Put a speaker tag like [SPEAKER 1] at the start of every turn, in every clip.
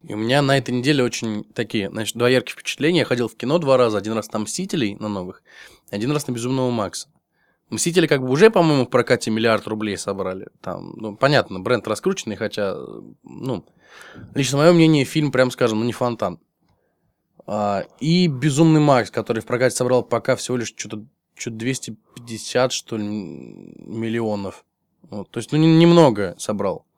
[SPEAKER 1] И у меня на этой неделе очень такие, значит, два ярких впечатления. Я ходил в кино 2 раза. Один раз на «Мстителей» на новых, один раз на «Безумного Макса». «Мстители» как бы уже, по-моему, в прокате 1 миллиард рублей собрали. Там, ну, понятно, бренд раскрученный, хотя, ну, лично мое мнение, фильм, прям скажем, не фонтан. И «Безумный Макс», который в прокате собрал пока всего лишь что-то 250, что ли, миллионов. Вот, то есть, ну, немного собрал.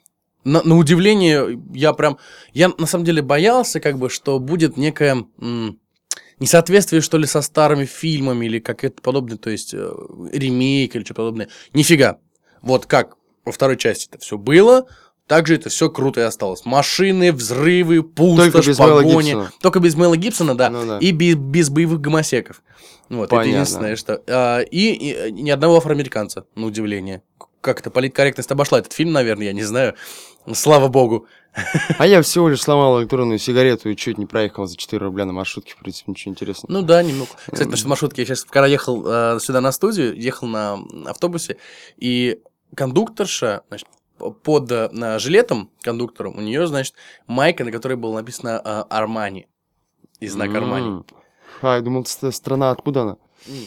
[SPEAKER 1] На удивление, я на самом деле боялся, как бы, что будет некое несоответствие, что ли, со старыми фильмами или как-то подобное, то есть ремейк или что-то подобное. Нифига. Вот как во второй части это все было, так же это все круто и осталось. Машины, взрывы, пустошь, погони. Только без Мэла Гибсона, да. Ну, да. И без боевых гомосеков. Вот, понятно. Это единственное, что... И ни одного афроамериканца, на удивление. Как-то политкорректность обошла этот фильм, наверное, я не знаю. Слава богу.
[SPEAKER 2] А я всего лишь сломал электронную сигарету и чуть не проехал за 4 рубля на маршрутке. В принципе, ничего интересного.
[SPEAKER 1] Ну да, немного. Кстати, насчет маршрутки. Я сейчас, когда ехал сюда на студию, ехал на автобусе, и кондукторша, значит, под жилетом кондуктора у нее, значит, майка, на которой было написано «Армани». И знак «Армани».
[SPEAKER 2] Я думал, страна откуда она?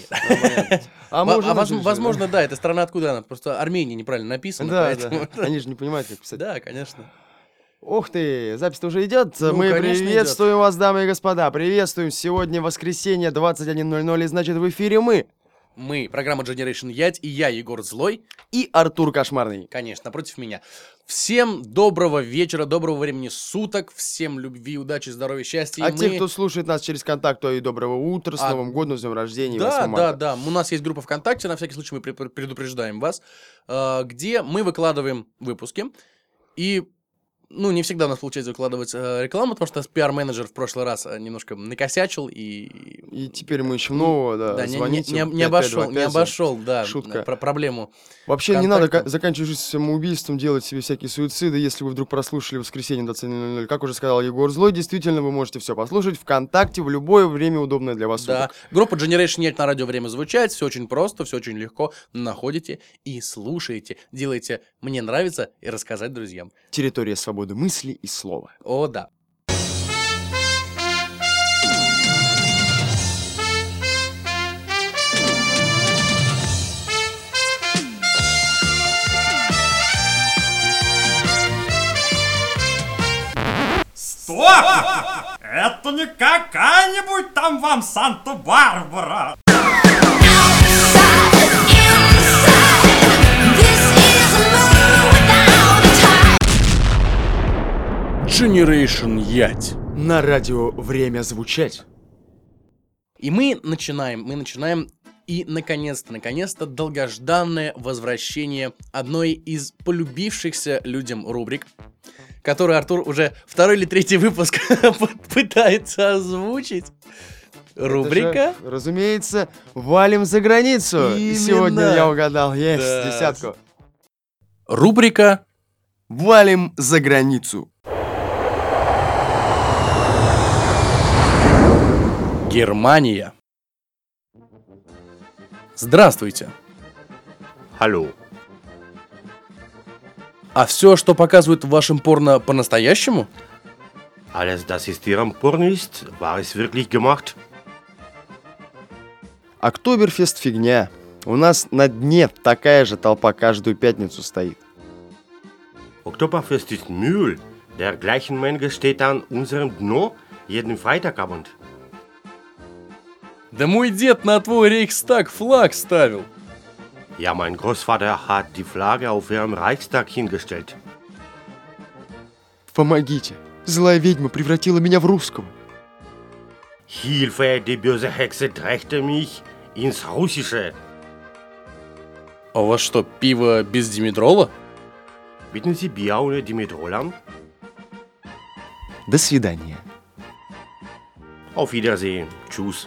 [SPEAKER 1] Нет. Возможно, да, это страна откуда она. Просто Армения неправильно написана.
[SPEAKER 2] Да. Они же не понимают, как писать.
[SPEAKER 1] Да, конечно.
[SPEAKER 2] Ух ты, запись-то уже идет. Мы приветствуем вас, дамы и господа. Приветствуем. Сегодня воскресенье, 21:00, и значит в эфире мы.
[SPEAKER 1] Мы, программа Generation Ять, и я, Егор Злой.
[SPEAKER 2] И Артур Кошмарный.
[SPEAKER 1] Конечно, напротив меня. Всем доброго вечера, доброго времени суток, всем любви, удачи, здоровья, счастья.
[SPEAKER 2] Те, кто слушает нас через ВКонтакте, то и доброго утра, с Новым годом, с днем рождения, 8
[SPEAKER 1] марта. Да. У нас есть группа ВКонтакте, на всякий случай мы предупреждаем вас, где мы выкладываем выпуски. И... Ну, не всегда у нас получается выкладывать рекламу, потому что пиар-менеджер в прошлый раз немножко накосячил и
[SPEAKER 2] теперь мы ищем нового, да, звоните.
[SPEAKER 1] Не обошел, да, проблему.
[SPEAKER 2] Вообще не надо заканчивать жизнь самоубийством, делать себе всякие суициды, если вы вдруг прослушали воскресенье 21:00. Как уже сказал Егор Злой, действительно, вы можете все послушать ВКонтакте в любое время, удобное для вас.
[SPEAKER 1] Да, группа Generation Ять на радио «Время звучать», все очень просто, все очень легко, находите и слушаете, делайте «Мне нравится» и рассказать друзьям.
[SPEAKER 2] Территория свободы мысли и слова.
[SPEAKER 1] О, да.
[SPEAKER 3] Стоп! Это не какая-нибудь там вам Санта-Барбара!
[SPEAKER 1] Generation Ять.
[SPEAKER 2] На радио «Время звучать».
[SPEAKER 1] И мы начинаем, и наконец-то долгожданное возвращение одной из полюбившихся людям рубрик, которую Артур уже 2-й или 3-й выпуск пытается озвучить. Рубрика?
[SPEAKER 2] Же, разумеется, «Валим за границу».
[SPEAKER 1] Именно.
[SPEAKER 2] Сегодня я угадал, есть, да. 10.
[SPEAKER 1] Рубрика
[SPEAKER 2] «Валим за границу».
[SPEAKER 1] Германия. Здравствуйте.
[SPEAKER 4] Hallo.
[SPEAKER 1] А все, что показывают в вашем порно, по-настоящему?
[SPEAKER 4] Alles, das in Ihrem Porno ist, war es wirklich gemacht?
[SPEAKER 2] Октоберфест фигня. У нас на дне такая же толпа каждую пятницу стоит.
[SPEAKER 4] Oktoberfest ist Müll. Der gleichen Menge steht an unserem Dno jeden Freitagabend.
[SPEAKER 1] Да мой дед на твой Рейхстаг флаг ставил.
[SPEAKER 4] Ja, mein Großvater hat die Flagge auf ihrem Reichstag hingestellt.
[SPEAKER 2] Помогите. Злая ведьма превратила меня в русского.
[SPEAKER 4] Hilfe, die böse Hexe drängte mich ins Russische.
[SPEAKER 1] А у вас что, пиво без димедрола?
[SPEAKER 4] Bieten Sie Bier ohne Dimedrol an?
[SPEAKER 2] До свидания.
[SPEAKER 4] Auf Wiedersehen. Tschüss.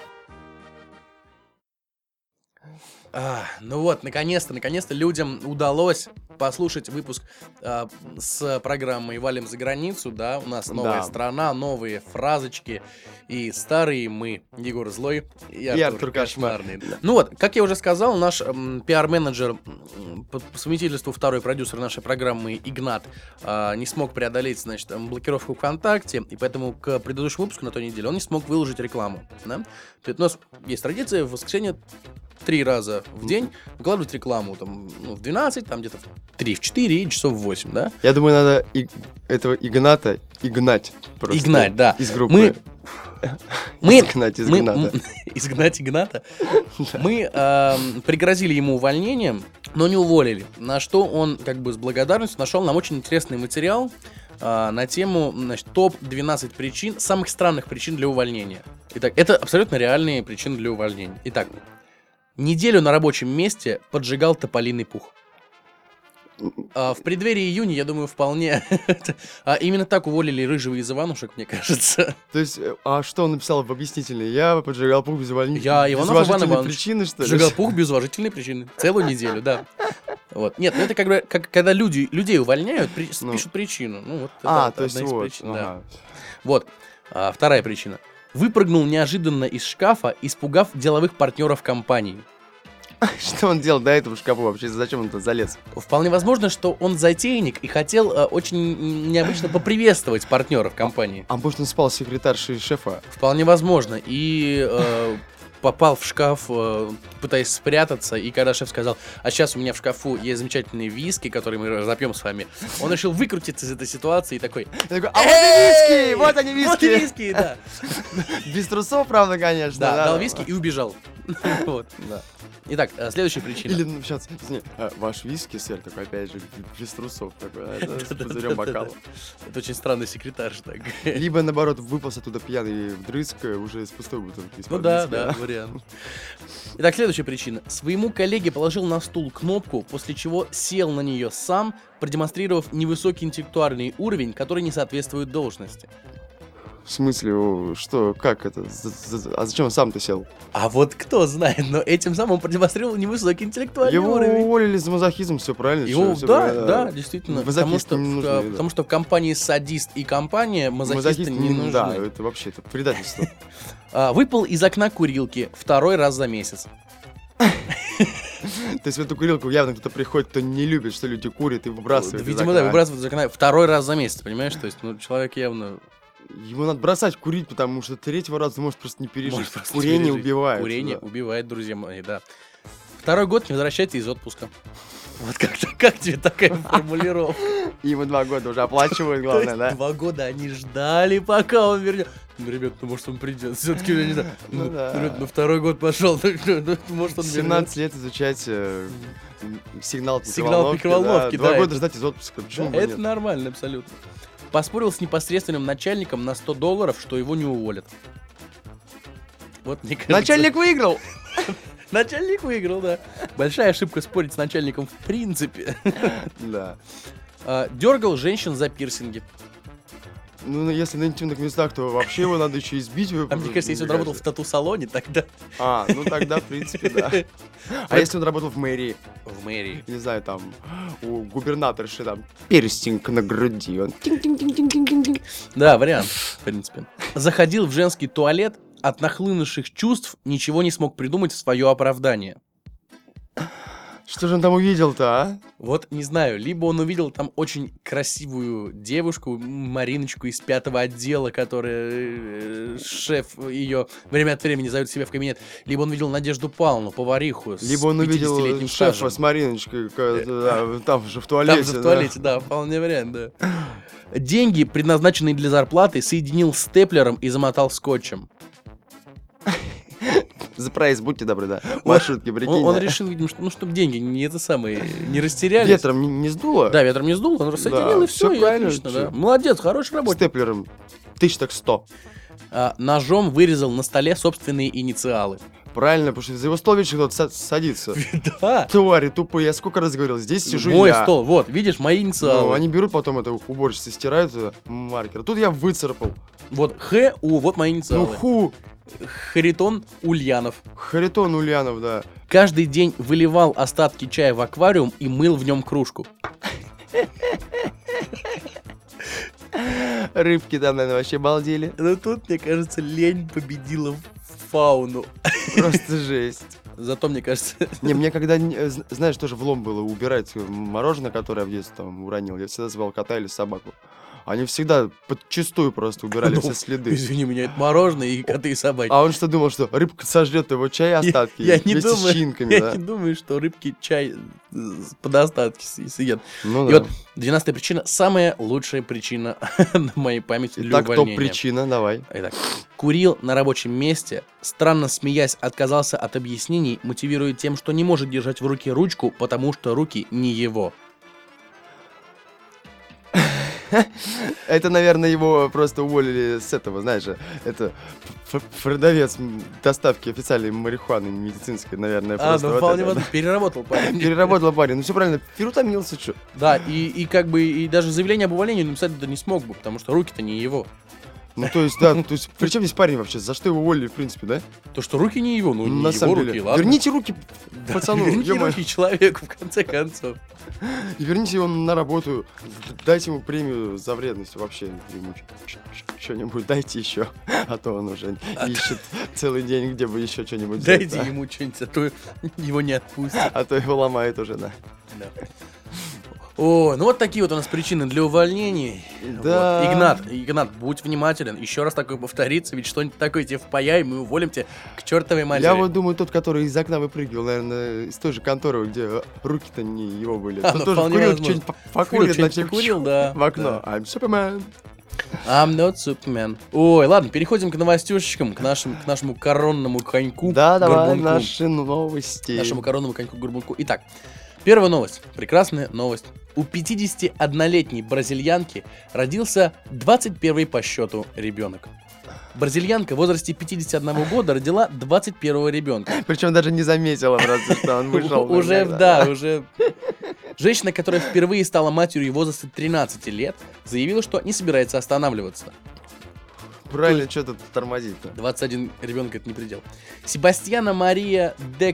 [SPEAKER 1] Ну вот, наконец-то людям удалось послушать выпуск с программой «Валим за границу», да, у нас новая страна, новые фразочки и старые мы, Егор Злой и Артур Кошмарный. Ну вот, как я уже сказал, наш пиар-менеджер по совместительству второй продюсер нашей программы Игнат не смог преодолеть, значит, блокировку ВКонтакте, и поэтому к предыдущему выпуску на той неделе он не смог выложить рекламу, да? То есть у нас есть традиция в воскресенье 3 раза в день выкладывать рекламу, там, в 12, там где-то в 3, в 4 и часов в 8, да?
[SPEAKER 2] Я думаю, надо этого Игната игнать просто.
[SPEAKER 1] Игнать, да.
[SPEAKER 2] Из группы. Изгнать из Игната.
[SPEAKER 1] Изгнать Игната. Мы пригрозили ему увольнением, но не уволили. На что он, как бы с благодарностью, нашел нам очень интересный материал на тему, значит, топ-12 причин, самых странных причин для увольнения. Итак, это абсолютно реальные причины для увольнения. Итак, неделю на рабочем месте поджигал тополиный пух. В преддверии июня, я думаю, вполне... Именно так уволили Рыжего из Иванушек, мне кажется.
[SPEAKER 2] То есть, а что он написал в объяснительной? Я поджигал пух без увольнения.
[SPEAKER 1] Я Иванов Иван Иванович.
[SPEAKER 2] Причины, что ли?
[SPEAKER 1] Поджигал пух без уважительной причины. Целую неделю, да. Вот. Нет, ну это как бы, когда людей увольняют, пишут причину. Ну, вот это
[SPEAKER 2] то есть
[SPEAKER 1] одна из
[SPEAKER 2] вот.
[SPEAKER 1] причин, да. Вот. Вторая причина. Выпрыгнул неожиданно из шкафа, испугав деловых партнеров компании.
[SPEAKER 2] Что он делал до этого в шкафу вообще? Зачем он туда залез?
[SPEAKER 1] Вполне возможно, что он затейник и хотел очень необычно поприветствовать партнеров компании.
[SPEAKER 2] А может, он спал с секретаршей шефа?
[SPEAKER 1] Вполне возможно. И попал в шкаф, пытаясь спрятаться, и когда шеф сказал, а сейчас у меня в шкафу есть замечательные виски, которые мы разопьем с вами, он решил выкрутиться из этой ситуации и такой,
[SPEAKER 2] а вот и виски! Вот они виски!
[SPEAKER 1] Вот и виски, да.
[SPEAKER 2] Без трусов, правда, конечно.
[SPEAKER 1] Да, дал виски и убежал. Вот.
[SPEAKER 2] Да.
[SPEAKER 1] Итак, следующая причина.
[SPEAKER 2] Или, сейчас, ваш виски, сэр, такой, опять же, без трусов такой, с пузырем бокала.
[SPEAKER 1] Это очень странный секретарь, так.
[SPEAKER 2] Либо, наоборот, выпался туда пьяный вдрызг, уже с пустой бутылки.
[SPEAKER 1] Ну да, вариант. Итак, следующая причина. Своему коллеге положил на стул кнопку, после чего сел на нее сам, продемонстрировав невысокий интеллектуальный уровень, который не соответствует должности.
[SPEAKER 2] В смысле, что, как это? А зачем он сам-то сел?
[SPEAKER 1] А вот кто знает, но этим самым он продемонстрировал невысокий интеллектуальный уровень.
[SPEAKER 2] Его уволили за мазохизм, все правильно?
[SPEAKER 1] Да, действительно. Потому что в компании садист и компания мазохисты не нужны.
[SPEAKER 2] Да, это вообще предательство.
[SPEAKER 1] Выпал из окна курилки 2 раз за месяц.
[SPEAKER 2] То есть в эту курилку явно кто-то приходит, кто не любит, что люди курят и выбрасывают.
[SPEAKER 1] Видимо, да, выбрасывают из окна 2 раз за месяц, понимаешь? То есть, человек явно...
[SPEAKER 2] Ему надо бросать курить, потому что 3-го раза может просто не пережить. Курение убивает.
[SPEAKER 1] Курение убивает, друзья мои, да. 2-й год не возвращайтесь из отпуска. Вот как тебе такая формулировка?
[SPEAKER 2] Ему 2 года уже оплачивают, главное, да?
[SPEAKER 1] 2 года они ждали, пока он вернет. Ну, ребят, может он придет. Все-таки, я не знаю. Ребят, 2-й год пошел. Может он
[SPEAKER 2] 17 лет изучать сигнал
[SPEAKER 1] микроволновки.
[SPEAKER 2] 2 года ждать из отпуска. Почему бы нет?
[SPEAKER 1] Это нормально, абсолютно. Поспорил с непосредственным начальником на $100, что его не уволят. Вот, мне кажется...
[SPEAKER 2] Начальник выиграл!
[SPEAKER 1] Начальник выиграл, да. Большая ошибка спорить с начальником в принципе.
[SPEAKER 2] Да.
[SPEAKER 1] Дергал женщин за пирсинги.
[SPEAKER 2] Ну, если на интимных местах, то вообще его надо еще избить.
[SPEAKER 1] А мне кажется, если он работал в тату-салоне, тогда...
[SPEAKER 2] Ну тогда, в принципе, да. А если он работал в мэрии?
[SPEAKER 1] В мэрии.
[SPEAKER 2] Не знаю, там, у губернаторши там перстинг на груди. Он...
[SPEAKER 1] Да, вариант, в принципе. Заходил в женский туалет, от нахлынувших чувств ничего не смог придумать в свое оправдание.
[SPEAKER 2] Что же он там увидел-то, а?
[SPEAKER 1] Вот, не знаю, либо он увидел там очень красивую девушку, Мариночку из 5-го отдела, которая шеф ее время от времени зовет себе в кабинет, либо он видел Надежду Павловну, повариху,
[SPEAKER 2] либо он увидел шефа с Мариночкой, там же в туалете.
[SPEAKER 1] Там же в туалете, да, вполне вариант, да. Деньги, предназначенные для зарплаты, соединил степлером и замотал скотчем.
[SPEAKER 2] За проезд, будьте добры, да. Маршрутки, прикинь.
[SPEAKER 1] Он решил, видимо, что, чтобы деньги не растерялись.
[SPEAKER 2] Ветром не сдуло?
[SPEAKER 1] Да, ветром не сдуло, он рассоединил, и все, и отлично, да. Молодец, хороший работник.
[SPEAKER 2] Степлером 1100.
[SPEAKER 1] Ножом вырезал на столе собственные инициалы.
[SPEAKER 2] Правильно, потому что за его стол, видишь, кто-то садится.
[SPEAKER 1] Да.
[SPEAKER 2] Твари тупые, я сколько раз говорил, здесь сижу я.
[SPEAKER 1] Мой стол, вот, видишь, мои инициалы.
[SPEAKER 2] Они берут потом это уборщицы, стирают маркер. Тут я выцарапал.
[SPEAKER 1] Вот Х.У., вот мои инициалы.
[SPEAKER 2] Ху.
[SPEAKER 1] Харитон Ульянов.
[SPEAKER 2] Харитон Ульянов, да.
[SPEAKER 1] Каждый день выливал остатки чая в аквариум и мыл в нем кружку.
[SPEAKER 2] Рыбки там, наверное, вообще балдели.
[SPEAKER 1] Ну тут, мне кажется, лень победила фауну.
[SPEAKER 2] Просто жесть.
[SPEAKER 1] Зато, мне кажется...
[SPEAKER 2] Не, мне когда, знаешь, тоже влом было убирать мороженое, которое я в детстве там уронил. Я всегда звал кота или собаку. Они всегда подчистую просто убирали все следы.
[SPEAKER 1] Извини меня, это мороженое и коты и собаки.
[SPEAKER 2] А он что думал, что рыбка сожрет его чай остатки
[SPEAKER 1] Я не
[SPEAKER 2] вместе
[SPEAKER 1] думаю,
[SPEAKER 2] с чинками,
[SPEAKER 1] я
[SPEAKER 2] да?
[SPEAKER 1] не думаю, что рыбки чай по достатке съедят.
[SPEAKER 2] Ну
[SPEAKER 1] И
[SPEAKER 2] да.
[SPEAKER 1] вот 12-я причина, самая лучшая причина на моей памяти для
[SPEAKER 2] Итак,
[SPEAKER 1] увольнения.
[SPEAKER 2] топ-причина, давай.
[SPEAKER 1] Итак, курил на рабочем месте, странно смеясь, отказался от объяснений, мотивируя тем, что не может держать в руке ручку, потому что руки не его.
[SPEAKER 2] Это, наверное, его просто уволили с этого, знаешь, это продавец доставки официальной марихуаны медицинской, наверное, просто.
[SPEAKER 1] Ну
[SPEAKER 2] вот
[SPEAKER 1] вполне
[SPEAKER 2] это,
[SPEAKER 1] возможно, переработал парень.
[SPEAKER 2] Переработал парень, ну все правильно, переутомился, что?
[SPEAKER 1] Да, и как бы, и даже заявление об увольнении написать это не смог бы, потому что руки-то не его.
[SPEAKER 2] Ну, то есть, да, то есть, при чем здесь парень вообще? За что его уволили, в принципе, да?
[SPEAKER 1] То, что руки не его, ну не
[SPEAKER 2] На
[SPEAKER 1] его
[SPEAKER 2] самом
[SPEAKER 1] руки,
[SPEAKER 2] деле.
[SPEAKER 1] ладно.
[SPEAKER 2] Верните руки
[SPEAKER 1] Да,
[SPEAKER 2] пацану,
[SPEAKER 1] верните
[SPEAKER 2] ё-моё.
[SPEAKER 1] руки человеку, в конце концов.
[SPEAKER 2] И верните его на работу, дайте ему премию за вредность вообще, ему что-нибудь дайте еще, а то он уже ищет целый день, где бы еще что-нибудь взять,
[SPEAKER 1] Дайте
[SPEAKER 2] да.
[SPEAKER 1] ему что-нибудь, а то его не отпустят.
[SPEAKER 2] А то его ломает уже, да.
[SPEAKER 1] Да. О, ну вот такие вот у нас причины для увольнений.
[SPEAKER 2] Да.
[SPEAKER 1] Вот. Игнат, будь внимателен. Еще раз такое повторится, ведь что-нибудь такое тебе впаяем, мы уволим тебя к чертовой матери.
[SPEAKER 2] Я вот думаю, тот, который из окна выпрыгивал, наверное, из той же конторы, где руки-то не его были.
[SPEAKER 1] А,
[SPEAKER 2] Тот
[SPEAKER 1] ну,
[SPEAKER 2] тоже
[SPEAKER 1] вполне
[SPEAKER 2] курил,
[SPEAKER 1] возможно.
[SPEAKER 2] что-нибудь покурит,
[SPEAKER 1] что-нибудь
[SPEAKER 2] значит,
[SPEAKER 1] покурил, да.
[SPEAKER 2] в окно.
[SPEAKER 1] Да.
[SPEAKER 2] I'm Superman.
[SPEAKER 1] I'm not Superman. Ой, ладно, переходим к новостюшечкам, к нашему коронному коньку.
[SPEAKER 2] Да, давай,
[SPEAKER 1] горбунку.
[SPEAKER 2] наши новости.
[SPEAKER 1] Нашему коронному коньку-горбунку. Итак, первая новость. Прекрасная новость. У 51-летней бразильянки родился 21-й по счету ребенок. Бразильянка в возрасте 51 года родила 21-го ребенка.
[SPEAKER 2] Причем даже не заметила просто, что он вышел.
[SPEAKER 1] Уже, да, уже. Женщина, которая впервые стала матерью в возрасте 13 лет, заявила, что не собирается останавливаться.
[SPEAKER 2] Правильно, что тут тормозить-то?
[SPEAKER 1] 21 ребенок — это не предел. Себастьяна Мария де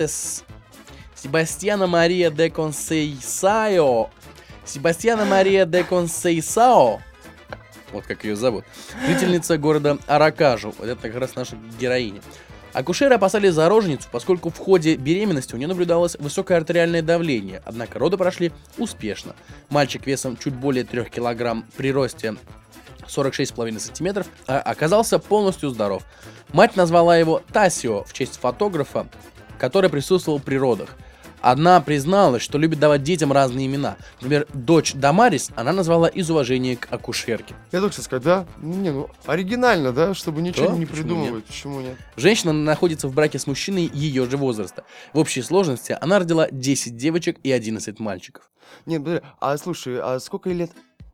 [SPEAKER 1] Консейсао, вот как ее зовут, жительница города Аракажу, вот это как раз наша героиня. Акушеры опасались за роженицу, поскольку в ходе беременности у нее наблюдалось высокое артериальное давление, однако роды прошли успешно. Мальчик весом чуть более 3 килограмм при росте 46,5 сантиметров оказался полностью здоров. Мать назвала его Тасио в честь фотографа, который присутствовал при родах. Она призналась, что любит давать детям разные имена. Например, дочь Дамарис она назвала из уважения к акушерке.
[SPEAKER 2] Я только что сказать, да? Ну, оригинально, да? Чтобы ничего
[SPEAKER 1] Да,
[SPEAKER 2] не
[SPEAKER 1] почему
[SPEAKER 2] придумывать. Почему нет?
[SPEAKER 1] Женщина находится в браке с мужчиной ее же возраста. В общей сложности она родила 10 девочек и 11 мальчиков.
[SPEAKER 2] Нет, подожди, а слушай, а сколько ей лет?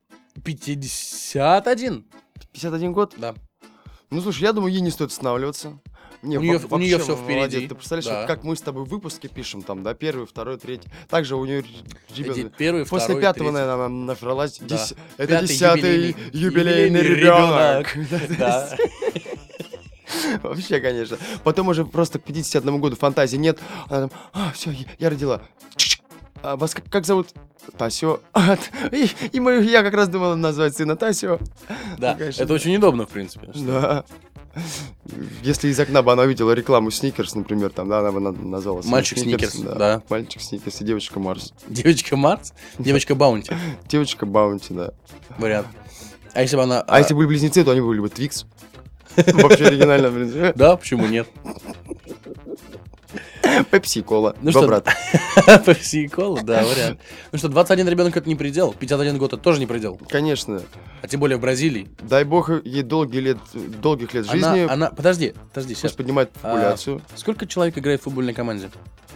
[SPEAKER 1] 51?
[SPEAKER 2] 51 год?
[SPEAKER 1] Да.
[SPEAKER 2] Ну, слушай, я думаю, ей не стоит останавливаться. Не,
[SPEAKER 1] У неё
[SPEAKER 2] вообще
[SPEAKER 1] всё
[SPEAKER 2] молодец.
[SPEAKER 1] впереди.
[SPEAKER 2] Ты представляешь,
[SPEAKER 1] Да.
[SPEAKER 2] вот как мы с тобой выпуски пишем, там, да, 1, 2, 3. Также у нее ребенок.
[SPEAKER 1] Первый,
[SPEAKER 2] После
[SPEAKER 1] второй,
[SPEAKER 2] 5-го,
[SPEAKER 1] третий.
[SPEAKER 2] наверное, она набралась.
[SPEAKER 1] Да.
[SPEAKER 2] Это
[SPEAKER 1] 5-й
[SPEAKER 2] 10-й юбилейный ребенок.
[SPEAKER 1] Да.
[SPEAKER 2] Вообще, конечно. Потом уже просто к 51 году фантазии нет. Она там, все, я родила. А вас как зовут? Тасио. Я как раз думал назвать сына Тасио.
[SPEAKER 1] Да,
[SPEAKER 2] Ну, конечно,
[SPEAKER 1] это очень удобно, в принципе.
[SPEAKER 2] Да. Если из окна бы она увидела рекламу Сникерс, например, там, да, она бы назвала сына
[SPEAKER 1] Мальчик Сникерс, да.
[SPEAKER 2] Мальчик Сникерс и девочка Марс.
[SPEAKER 1] Девочка Марс, девочка Баунти.
[SPEAKER 2] Девочка Баунти, да.
[SPEAKER 1] Вариант. А если бы она...
[SPEAKER 2] А если были близнецы, то они были бы Твикс. Вообще оригинально, блин.
[SPEAKER 1] Да, почему нет?
[SPEAKER 2] Пепси и кола.
[SPEAKER 1] Ну
[SPEAKER 2] Два
[SPEAKER 1] что,
[SPEAKER 2] брата.
[SPEAKER 1] Пепси и кола, да, вариант. Ну что, 21 ребенок это не предел, 51 год это тоже не предел.
[SPEAKER 2] Конечно.
[SPEAKER 1] А тем более в Бразилии.
[SPEAKER 2] Дай бог ей долгих лет жизни.
[SPEAKER 1] Подожди,
[SPEAKER 2] Пусть
[SPEAKER 1] сейчас.
[SPEAKER 2] поднимает популяцию.
[SPEAKER 1] Сколько человек играет в футбольной команде?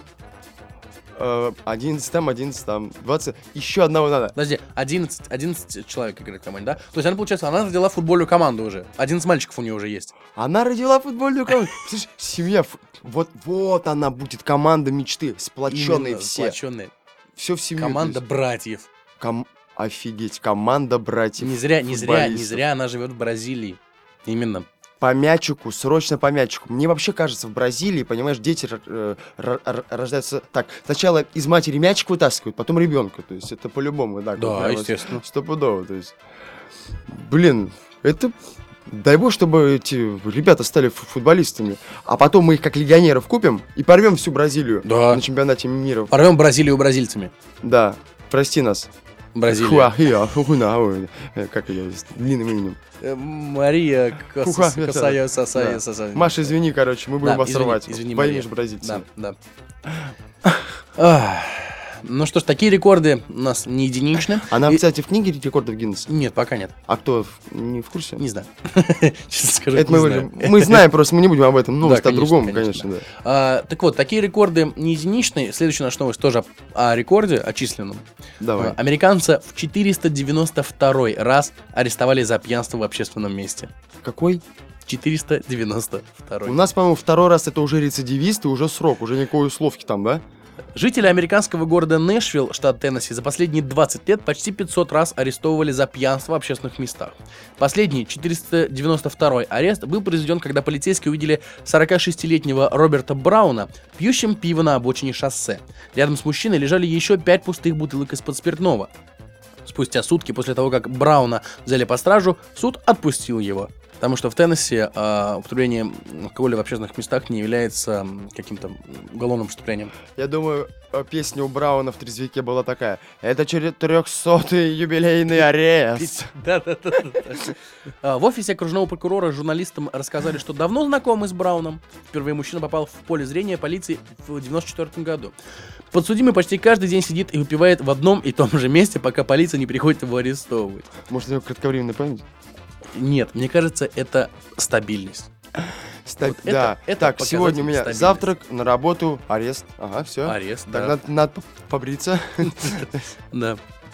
[SPEAKER 2] 11 там, 11 там, 20. Еще одного надо.
[SPEAKER 1] Подожди, 11 человек играет в команде, да? То есть она, получается, она родила футбольную команду уже. 11 мальчиков у нее уже есть.
[SPEAKER 2] Она родила футбольную команду. Слушай, семья. Вот она будет команда мечты. Сплоченные
[SPEAKER 1] Именно,
[SPEAKER 2] все.
[SPEAKER 1] сплоченные.
[SPEAKER 2] Все в семью.
[SPEAKER 1] Команда братьев.
[SPEAKER 2] Офигеть, команда братьев.
[SPEAKER 1] Не зря
[SPEAKER 2] футболистов.
[SPEAKER 1] она живет в Бразилии. Именно.
[SPEAKER 2] по мячику, срочно по мячику. Мне вообще кажется, в Бразилии, понимаешь, дети рождаются так. Сначала из матери мячик вытаскивают, потом ребенка. То есть это по-любому, да.
[SPEAKER 1] Да, естественно.
[SPEAKER 2] Стопудово, то есть. Блин, это... Дай бог, чтобы эти ребята стали футболистами. А потом мы их как легионеров купим и порвем всю Бразилию на чемпионате мира.
[SPEAKER 1] Порвем Бразилию бразильцами.
[SPEAKER 2] Да, прости нас.
[SPEAKER 1] Бразилия.
[SPEAKER 2] Как ее с длинным именем?
[SPEAKER 1] Мария Касая.
[SPEAKER 2] Маша, извини, короче, мы будем вас рвать.
[SPEAKER 1] Извини,
[SPEAKER 2] Боимся бразильцев.
[SPEAKER 1] Да. Ну что ж, такие рекорды у нас не единичны.
[SPEAKER 2] Она, кстати, в книге рекордов Гиннесса?
[SPEAKER 1] Нет, пока нет.
[SPEAKER 2] А кто, не в курсе?
[SPEAKER 1] Не знаю. Честно скажу,
[SPEAKER 2] это
[SPEAKER 1] не знаю.
[SPEAKER 2] Мы знаем, просто мы не будем об этом. Новость о другом, конечно.
[SPEAKER 1] Так вот, такие рекорды не единичные. Следующая наша новость тоже о рекорде, о численном.
[SPEAKER 2] Давай.
[SPEAKER 1] Американца в 492 раз арестовали за пьянство в общественном месте.
[SPEAKER 2] Какой?
[SPEAKER 1] 492.
[SPEAKER 2] У нас, по-моему, второй раз это уже рецидивист и уже срок, уже никакой условки там, да?
[SPEAKER 1] Жители американского города Нэшвилл, штат Теннесси, за последние 20 лет почти 500 раз арестовывали за пьянство в общественных местах. Последний, 492-й арест был произведен, когда полицейские увидели 46-летнего Роберта Брауна, пьющим пиво на обочине шоссе. Рядом с мужчиной лежали еще 5 пустых бутылок из-под спиртного. Спустя сутки после того, как Брауна взяли под стражу, суд отпустил его. Потому что в Теннесси употребление алкоголя в общественных местах не является каким-то уголовным преступлением.
[SPEAKER 2] Я думаю, песня у Брауна в «Трезвике» была такая: «Это 400-й юбилейный арест».
[SPEAKER 1] Да. В офисе окружного прокурора журналистам рассказали, что давно знакомы с Брауном. Впервые мужчина попал в поле зрения полиции в 1994 году. Подсудимый почти каждый день сидит и выпивает в одном и том же месте, пока полиция не приходит его арестовывать.
[SPEAKER 2] Может, у него кратковременная память?
[SPEAKER 1] Нет, мне кажется, это стабильность.
[SPEAKER 2] Да. Так, сегодня у меня завтрак, на работу, арест. Ага, все.
[SPEAKER 1] Арест,
[SPEAKER 2] так,
[SPEAKER 1] да.
[SPEAKER 2] Надо побриться.
[SPEAKER 1] Да.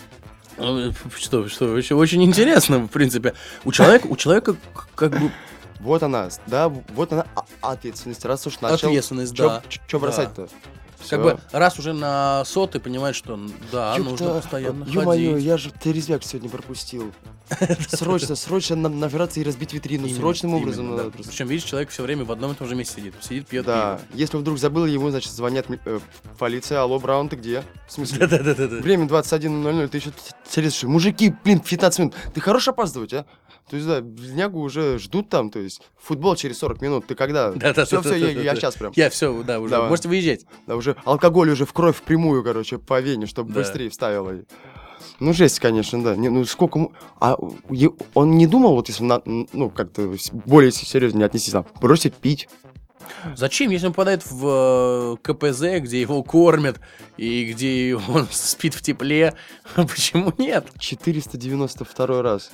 [SPEAKER 1] Что, очень интересно, в принципе. У человека как бы...
[SPEAKER 2] Вот она, да, вот она ответственность. Раз уж начал...
[SPEAKER 1] Ответственность, да.
[SPEAKER 2] Че бросать-то?
[SPEAKER 1] Как бы, раз уже на сотый понимаешь, что да, нужно постоянно ходить.
[SPEAKER 2] Ё-моё, я же трезвяк сегодня пропустил. Срочно набираться и разбить витрину. Срочным образом надо.
[SPEAKER 1] Причем, видишь, человек все время в одном и том же месте сидит. Сидит, пьет
[SPEAKER 2] пиво. Да, если вдруг забыл, ему, значит, звонят полиция. Алло, Браун, ты где? В смысле?
[SPEAKER 1] Да.
[SPEAKER 2] Время 21:00, ты еще серьезно. Мужики, блин, 15 минут. Ты хорош опаздывать, а? То есть, да, беднягу уже ждут там, то есть, футбол через 40 минут. Ты когда? Все, я сейчас прям.
[SPEAKER 1] Я все, да, уже. Можете выезжать.
[SPEAKER 2] Да, уже алкоголь уже в кровь впрямую, короче, по вене, чтобы быстрее вставило. Ну, жесть, конечно, да. Ну, сколько... А он не думал, вот если, как-то более серьезно не отнестись, там, бросить пить?
[SPEAKER 1] Зачем, если он попадает в КПЗ, где его кормят, и где он спит в тепле? Почему нет?
[SPEAKER 2] 492 раз.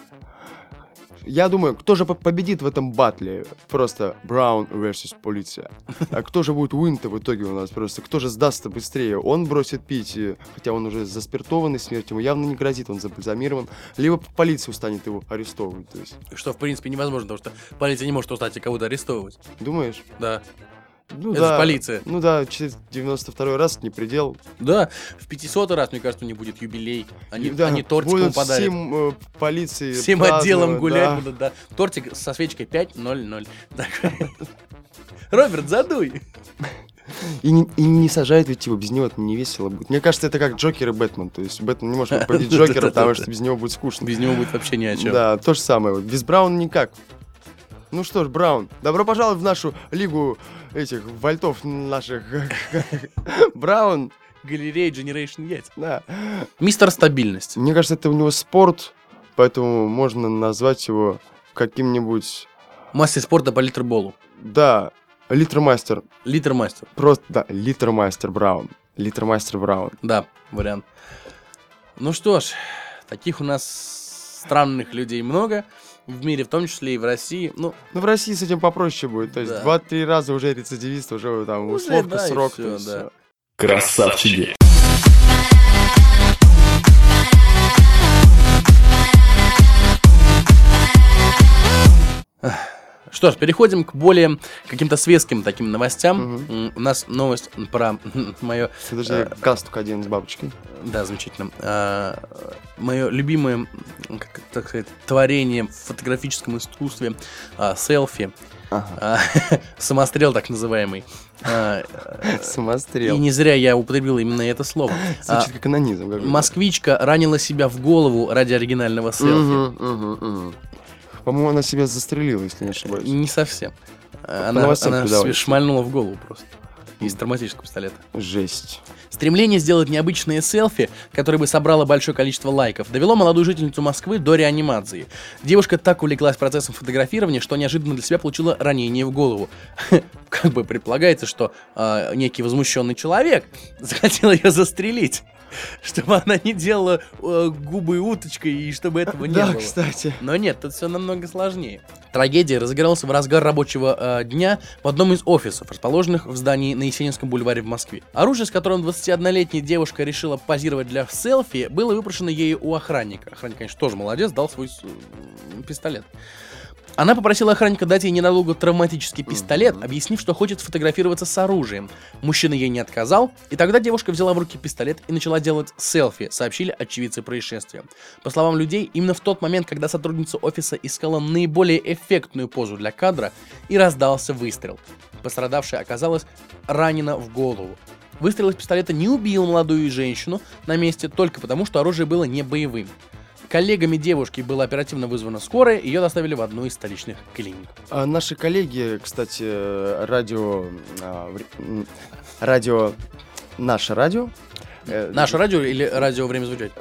[SPEAKER 2] Я думаю, кто же победит в этом батле? Просто Браун vs. полиция. А кто же будет win-то в итоге у нас? Просто кто же сдастся быстрее? Он бросит пить, хотя он уже заспиртованный, смерть ему явно не грозит, он забальзамирован. Либо полиция устанет его арестовывать. То есть.
[SPEAKER 1] Что, в принципе, невозможно, потому что полиция не может устать кого-то арестовывать.
[SPEAKER 2] Думаешь?
[SPEAKER 1] Да.
[SPEAKER 2] Ну,
[SPEAKER 1] это же полиция.
[SPEAKER 2] Ну да, 92 раз не предел.
[SPEAKER 1] Да, в 500 раз, мне кажется, у них будет юбилей. Они тортик ему подарят.
[SPEAKER 2] Всем полиции
[SPEAKER 1] всем отделом гулять будут, да. Тортик со свечкой 5:00. Роберт, задуй.
[SPEAKER 2] И не сажают ведь его, без него это не весело будет. Мне кажется, это как Джокер и Бэтмен. То есть Бэтмен не может победить Джокера, потому что без него будет скучно.
[SPEAKER 1] Без него будет вообще ни о чем.
[SPEAKER 2] Да, то же самое. Без Брауна никак. Ну что ж, Браун, добро пожаловать в нашу лигу этих вольтов наших. Браун.
[SPEAKER 1] Галерея Generation Yates.
[SPEAKER 2] Да.
[SPEAKER 1] Мистер Стабильность.
[SPEAKER 2] Мне кажется, это у него спорт, поэтому можно назвать его каким-нибудь...
[SPEAKER 1] Мастер спорта по литрболу.
[SPEAKER 2] Да, литромастер.
[SPEAKER 1] Литромастер.
[SPEAKER 2] Просто, да, литромастер Браун. Литромастер Браун.
[SPEAKER 1] Да, вариант. Ну что ж, таких у нас странных людей много. В мире, в том числе и в России. Ну,
[SPEAKER 2] в России с этим попроще будет. То есть 2-3 раза уже рецидивист, уже там условка, да, срок.
[SPEAKER 1] Всё, да.
[SPEAKER 5] Красавчики.
[SPEAKER 1] Что ж, переходим к более каким-то светским таким новостям. У нас новость про мое...
[SPEAKER 2] Подожди, галстук один с бабочкой.
[SPEAKER 1] Да, замечательно. Мое любимое, так сказать, творение в фотографическом искусстве, селфи. Самострел так называемый.
[SPEAKER 2] Самострел.
[SPEAKER 1] И не зря я употребил именно это слово.
[SPEAKER 2] Звучит как анонизм.
[SPEAKER 1] Москвичка ранила себя в голову ради оригинального селфи.
[SPEAKER 2] По-моему, она себя застрелила, если не ошибаюсь.
[SPEAKER 1] Не совсем. Она
[SPEAKER 2] новостям передавали.
[SPEAKER 1] шмальнула в голову просто. Из травматического пистолета.
[SPEAKER 2] Жесть.
[SPEAKER 1] Стремление сделать необычные селфи, которое бы собрало большое количество лайков, довело молодую жительницу Москвы до реанимации. Девушка так увлеклась процессом фотографирования, что неожиданно для себя получила ранение в голову. Как бы предполагается, что некий возмущенный человек захотел ее застрелить, чтобы она не делала губы уточкой и чтобы этого не было.
[SPEAKER 2] Да, кстати.
[SPEAKER 1] Но нет, тут все намного сложнее. Трагедия разыгралась в разгар рабочего дня в одном из офисов, расположенных в здании на Есенинском бульваре в Москве. Оружие, с которым 21-летняя девушка решила позировать для селфи, было выпрошено ею у охранника. Охранник, конечно, тоже молодец, дал свой пистолет. Она попросила охранника дать ей ненадолго травматический пистолет, объяснив, что хочет сфотографироваться с оружием. Мужчина ей не отказал, и тогда девушка взяла в руки пистолет и начала делать селфи, сообщили очевидцы происшествия. По словам людей, именно в тот момент, когда сотрудница офиса искала наиболее эффектную позу для кадра, и раздался выстрел. Пострадавшая оказалась ранена в голову. Выстрел из пистолета не убил молодую женщину на месте только потому, что оружие было не боевым. Коллегами девушки была оперативно вызвана скорая, ее доставили в одну из столичных клиник.
[SPEAKER 2] Наши коллеги, кстати, Наше радио.
[SPEAKER 1] Наше радио или радио «Время звучать»?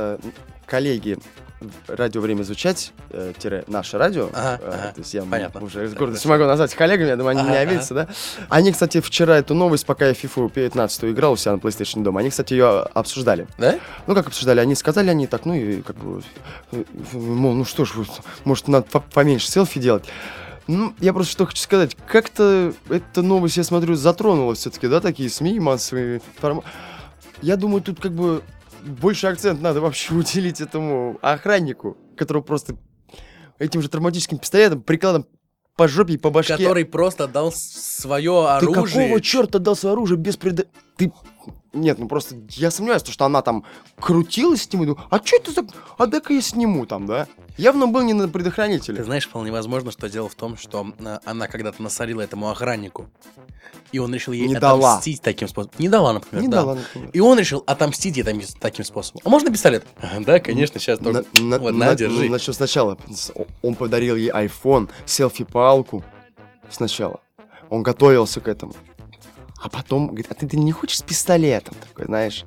[SPEAKER 2] Коллеги радио «Время звучать», наше радио.
[SPEAKER 1] Ага,
[SPEAKER 2] То есть я
[SPEAKER 1] понятно.
[SPEAKER 2] уже с гордостью могу назвать коллегами, я думаю, они не обидятся, да? Они, кстати, вчера эту новость, пока я FIFA 15 играл у себя на PlayStation дома, они, кстати, ее обсуждали.
[SPEAKER 1] Да?
[SPEAKER 2] Ну, как обсуждали, они сказали, они так, ну, и как бы, мол, ну что ж, может, надо поменьше селфи делать. Ну, я просто что хочу сказать, как-то эта новость, я смотрю, затронула все-таки, да, такие СМИ, массовые форматы. Я думаю, тут как бы больше акцент надо вообще уделить этому охраннику, которого просто этим же травматическим пистолетом, прикладом по жопе и по башке.
[SPEAKER 1] Который просто дал свое
[SPEAKER 2] Ты
[SPEAKER 1] оружие.
[SPEAKER 2] какого черта дал свое оружие без Ты... Нет, ну просто я сомневаюсь, что она там крутилась с ним и думаю, а что это за... А дай-ка я сниму там, да? Явно был не на предохранителе.
[SPEAKER 1] Ты знаешь, вполне возможно, что дело в том, что она когда-то насорила этому охраннику, и он решил ей
[SPEAKER 2] Не дала.
[SPEAKER 1] отомстить таким способом. Не дала, например,
[SPEAKER 2] Не
[SPEAKER 1] да.
[SPEAKER 2] дала, например.
[SPEAKER 1] И он решил отомстить ей таким способом. А можно пистолет? Да, конечно, сейчас только. Вот, на, держи.
[SPEAKER 2] Начнем сначала. Он подарил ей iPhone, селфи-палку сначала. Он готовился к этому. А потом говорит, а ты не хочешь с пистолетом? Такой, знаешь.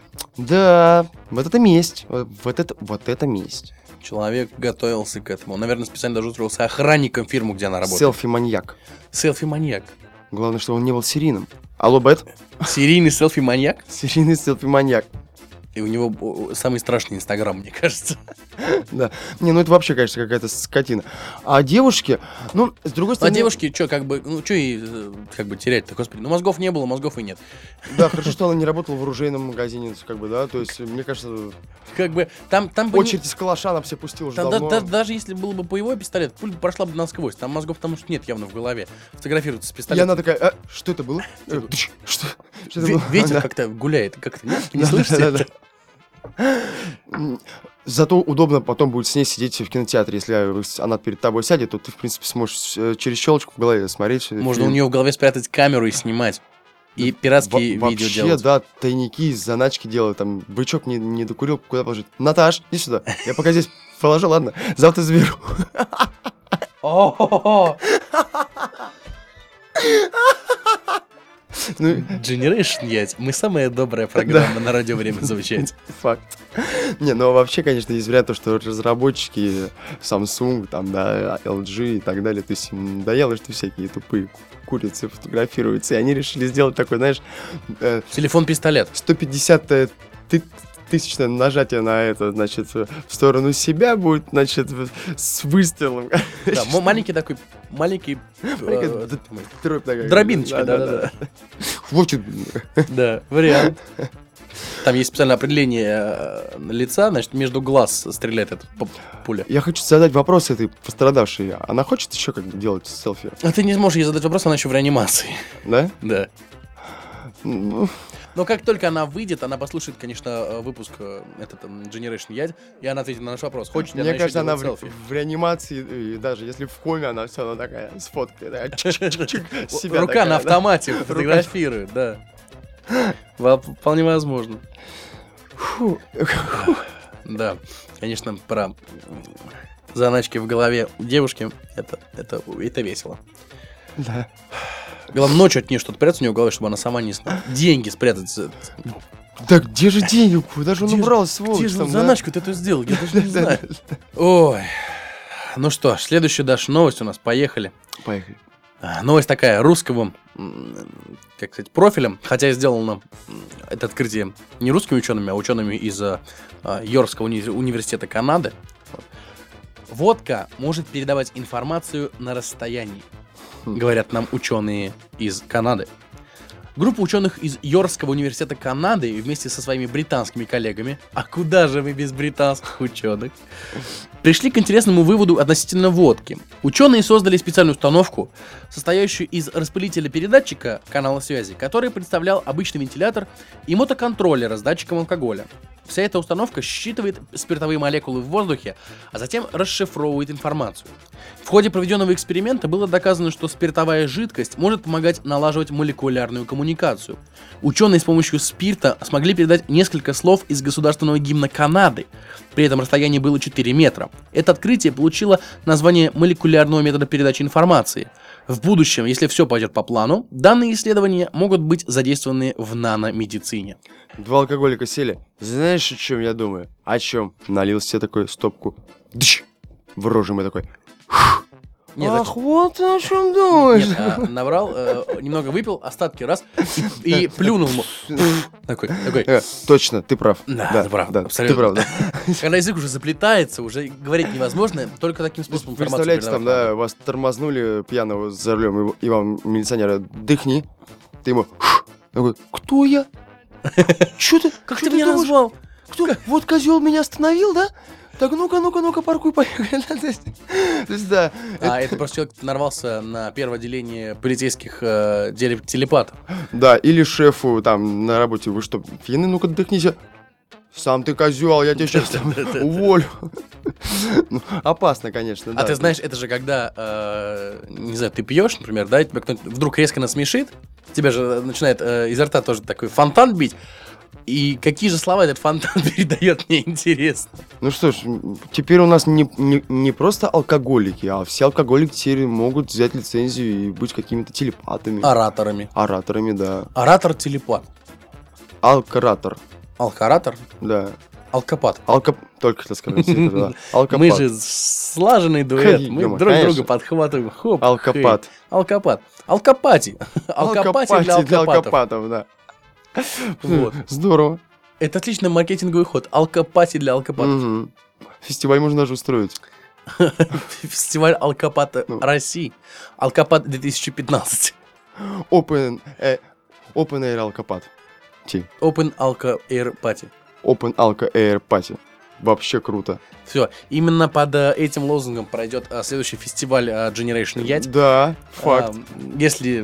[SPEAKER 2] Да, вот это месть. Вот это месть.
[SPEAKER 1] Человек готовился к этому. Он, наверное, специально даже устроился охранником фирмы, где она работает.
[SPEAKER 2] Селфи-маньяк.
[SPEAKER 1] Селфи-маньяк.
[SPEAKER 2] Главное, что он не был серийным. Алло, Бет?
[SPEAKER 1] Серийный селфи-маньяк?
[SPEAKER 2] Серийный селфи-маньяк.
[SPEAKER 1] И у него самый страшный Инстаграм, мне кажется.
[SPEAKER 2] Да. Не, ну это вообще, конечно, какая-то скотина. А девушки, ну, с другой
[SPEAKER 1] А
[SPEAKER 2] стороны...
[SPEAKER 1] девушки, что, как бы, ну, что ей, как бы, терять-то, господи. Ну, мозгов не было, мозгов и нет.
[SPEAKER 2] Да, хорошо, что она не работала в оружейном магазине, как бы, да, то есть, мне кажется,
[SPEAKER 1] Как бы, там бы...
[SPEAKER 2] очередь из калаша она все пустила уже
[SPEAKER 1] Там
[SPEAKER 2] давно.
[SPEAKER 1] даже если был бы боевой пистолет, пуля прошла бы насквозь. Там мозгов потому что нет явно в голове. Фотографируется с
[SPEAKER 2] И
[SPEAKER 1] пистолетом.
[SPEAKER 2] она такая, что это было? Что это было?
[SPEAKER 1] Ветер
[SPEAKER 2] Да.
[SPEAKER 1] как-то гуляет, как-то не
[SPEAKER 2] Да,
[SPEAKER 1] слышите
[SPEAKER 2] да, да,
[SPEAKER 1] это?
[SPEAKER 2] Зато удобно потом будет с ней сидеть в кинотеатре. Если она перед тобой сядет, то ты, в принципе, сможешь через щелочку в голове смотреть.
[SPEAKER 1] Можно у
[SPEAKER 2] фильм.
[SPEAKER 1] нее в голове спрятать камеру и снимать. И пиратские видео
[SPEAKER 2] Вообще,
[SPEAKER 1] делать.
[SPEAKER 2] да, тайники, заначки делают, там, бычок не докурил, куда положить? Наташ, иди сюда, я пока здесь положу, ладно, завтра заберу. Ну,
[SPEAKER 1] Generation Yacht. Мы самая добрая программа на радио «Время звучать».
[SPEAKER 2] факт. Не, ну вообще, конечно, есть вариант, то, что разработчики Samsung, там, да, LG и так далее, то есть им надоело, что всякие тупые курицы фотографируются, и они решили сделать такой, знаешь,
[SPEAKER 1] Телефон-пистолет.
[SPEAKER 2] 150 тысячное нажатие на это, значит, в сторону себя будет, значит, с выстрелом.
[SPEAKER 1] Да, маленький такой, маленький...
[SPEAKER 2] Дробь такая.
[SPEAKER 1] Дробиночка, да-да-да.
[SPEAKER 2] Вот
[SPEAKER 1] Да, вариант. Там есть специальное определение лица, значит, между глаз стреляет эта пуля.
[SPEAKER 2] я хочу задать вопрос этой пострадавшей. Она хочет еще как бы делать селфи,
[SPEAKER 1] А ты не сможешь ей задать вопрос, она еще в реанимации.
[SPEAKER 2] да?
[SPEAKER 1] Да.
[SPEAKER 2] Ну,
[SPEAKER 1] Но как только она выйдет, она послушает, конечно, выпуск этот Generation Yacht, и она ответит на наш вопрос. Хочет ли
[SPEAKER 2] мне
[SPEAKER 1] она
[SPEAKER 2] кажется,
[SPEAKER 1] еще
[SPEAKER 2] она
[SPEAKER 1] делать селфи?
[SPEAKER 2] в реанимации, и даже если в коме, она все равно такая с фоткой. Такая, чик-чик-чик, себя
[SPEAKER 1] Рука
[SPEAKER 2] такая,
[SPEAKER 1] на
[SPEAKER 2] да.
[SPEAKER 1] автомате фотографирует, да. Вполне возможно. Да, конечно, про заначки в голове у девушки, это весело.
[SPEAKER 2] Да.
[SPEAKER 1] Главное, ночью от нее что-то прятаться у нее в голове, чтобы она сама не знала. Деньги спрятать.
[SPEAKER 2] Да где же денег? Куда же он
[SPEAKER 1] Где же-
[SPEAKER 2] убрал, сволочь?
[SPEAKER 1] Где же
[SPEAKER 2] там, да?
[SPEAKER 1] заначку ты это сделал? Я даже не знаю. Ой. Ну что, следующая, Даша, новость у нас. Поехали.
[SPEAKER 2] Поехали.
[SPEAKER 1] Новость такая, русского, как сказать, профилем, хотя сделано это открытие не русскими учеными, а учеными из Йоркского университета Канады. Водка может передавать информацию на расстоянии, говорят нам ученые из Канады. Группа ученых из Йоркского университета Канады вместе со своими британскими коллегами, а куда же мы без британских ученых, пришли к интересному выводу относительно водки. Ученые создали специальную установку, состоящую из распылителя-передатчика канала связи, который представлял обычный вентилятор и мотоконтроллера с датчиком алкоголя. Вся эта установка считывает спиртовые молекулы в воздухе, а затем расшифровывает информацию. В ходе проведенного эксперимента было доказано, что спиртовая жидкость может помогать налаживать молекулярную коммуникацию. Ученые с помощью спирта смогли передать несколько слов из государственного гимна Канады. При этом расстояние было 4 метра. Это открытие получило название молекулярного метода передачи информации. В будущем, если все пойдет по плану, данные исследования могут быть задействованы в наномедицине.
[SPEAKER 2] Два алкоголика сели. Знаешь, о чем я думаю? О чем? Налил себе такой стопку. Дыщ! В рожу мы такой.
[SPEAKER 1] Нет,
[SPEAKER 2] Ах, вот ты о чем думаешь.
[SPEAKER 1] Нет, наврал, немного выпил, остатки раз и плюнул ему. Такой.
[SPEAKER 2] Точно, ты прав.
[SPEAKER 1] Да, ты прав,
[SPEAKER 2] да,
[SPEAKER 1] абсолютно.
[SPEAKER 2] ты прав, да.
[SPEAKER 1] Когда язык уже заплетается, уже говорить невозможно, только таким способом информацию
[SPEAKER 2] Представляете, там,
[SPEAKER 1] передавать
[SPEAKER 2] да, вас тормознули пьяного за рулем, и вам милиционера, дыхни. Ты ему, такой, кто я? Чё ты?
[SPEAKER 1] Как
[SPEAKER 2] чё
[SPEAKER 1] ты меня
[SPEAKER 2] думаешь?
[SPEAKER 1] назвал?
[SPEAKER 2] Кто? Вот козел меня остановил, да? Так, ну-ка, паркуй, поехали. То есть, да.
[SPEAKER 1] Это просто человек нарвался на первое отделение полицейских телепатов.
[SPEAKER 2] Да, или шефу там на работе, вы что, пьяны? Ну-ка, дыхните. Сам ты козел, я тебя сейчас там уволю. Ну, опасно, конечно, да.
[SPEAKER 1] А ты знаешь, это же когда, не знаю, ты пьешь, например, да, и тебя кто-нибудь вдруг резко насмешит, тебя же начинает изо рта тоже такой фонтан бить. И какие же слова этот фонтан передает, мне интересно.
[SPEAKER 2] Ну что ж, теперь у нас не просто алкоголики, а все алкоголики теперь могут взять лицензию и быть какими-то телепатами.
[SPEAKER 1] Ораторами.
[SPEAKER 2] Ораторами, да.
[SPEAKER 1] Оратор-телепат.
[SPEAKER 2] Алкоратор,
[SPEAKER 1] Алкоратор.
[SPEAKER 2] да.
[SPEAKER 1] Алкопат.
[SPEAKER 2] Только хотел сказать, да. Алкопат.
[SPEAKER 1] Мы же слаженный дуэт, мы
[SPEAKER 2] Ё-моё,
[SPEAKER 1] друг
[SPEAKER 2] конечно.
[SPEAKER 1] друга подхватываем. Хоп,
[SPEAKER 2] Алкопат.
[SPEAKER 1] хей. Алкопат. Алкопати. Алкопати для алкопатов.
[SPEAKER 2] алкопатов, да.
[SPEAKER 1] Вот.
[SPEAKER 2] Здорово.
[SPEAKER 1] Это отличный маркетинговый ход. Алкопати для алкопатов.
[SPEAKER 2] Мгм. Фестиваль можно даже устроить.
[SPEAKER 1] Фестиваль алкопата
[SPEAKER 2] Ну.
[SPEAKER 1] России. Алкопат 2015.
[SPEAKER 2] Open Air алкопат.
[SPEAKER 1] Open Alka Air Party.
[SPEAKER 2] Open Alka Air Party. Вообще круто.
[SPEAKER 1] Все, именно под этим лозунгом пройдет следующий фестиваль Generation Yacht.
[SPEAKER 2] Да, факт.
[SPEAKER 1] Если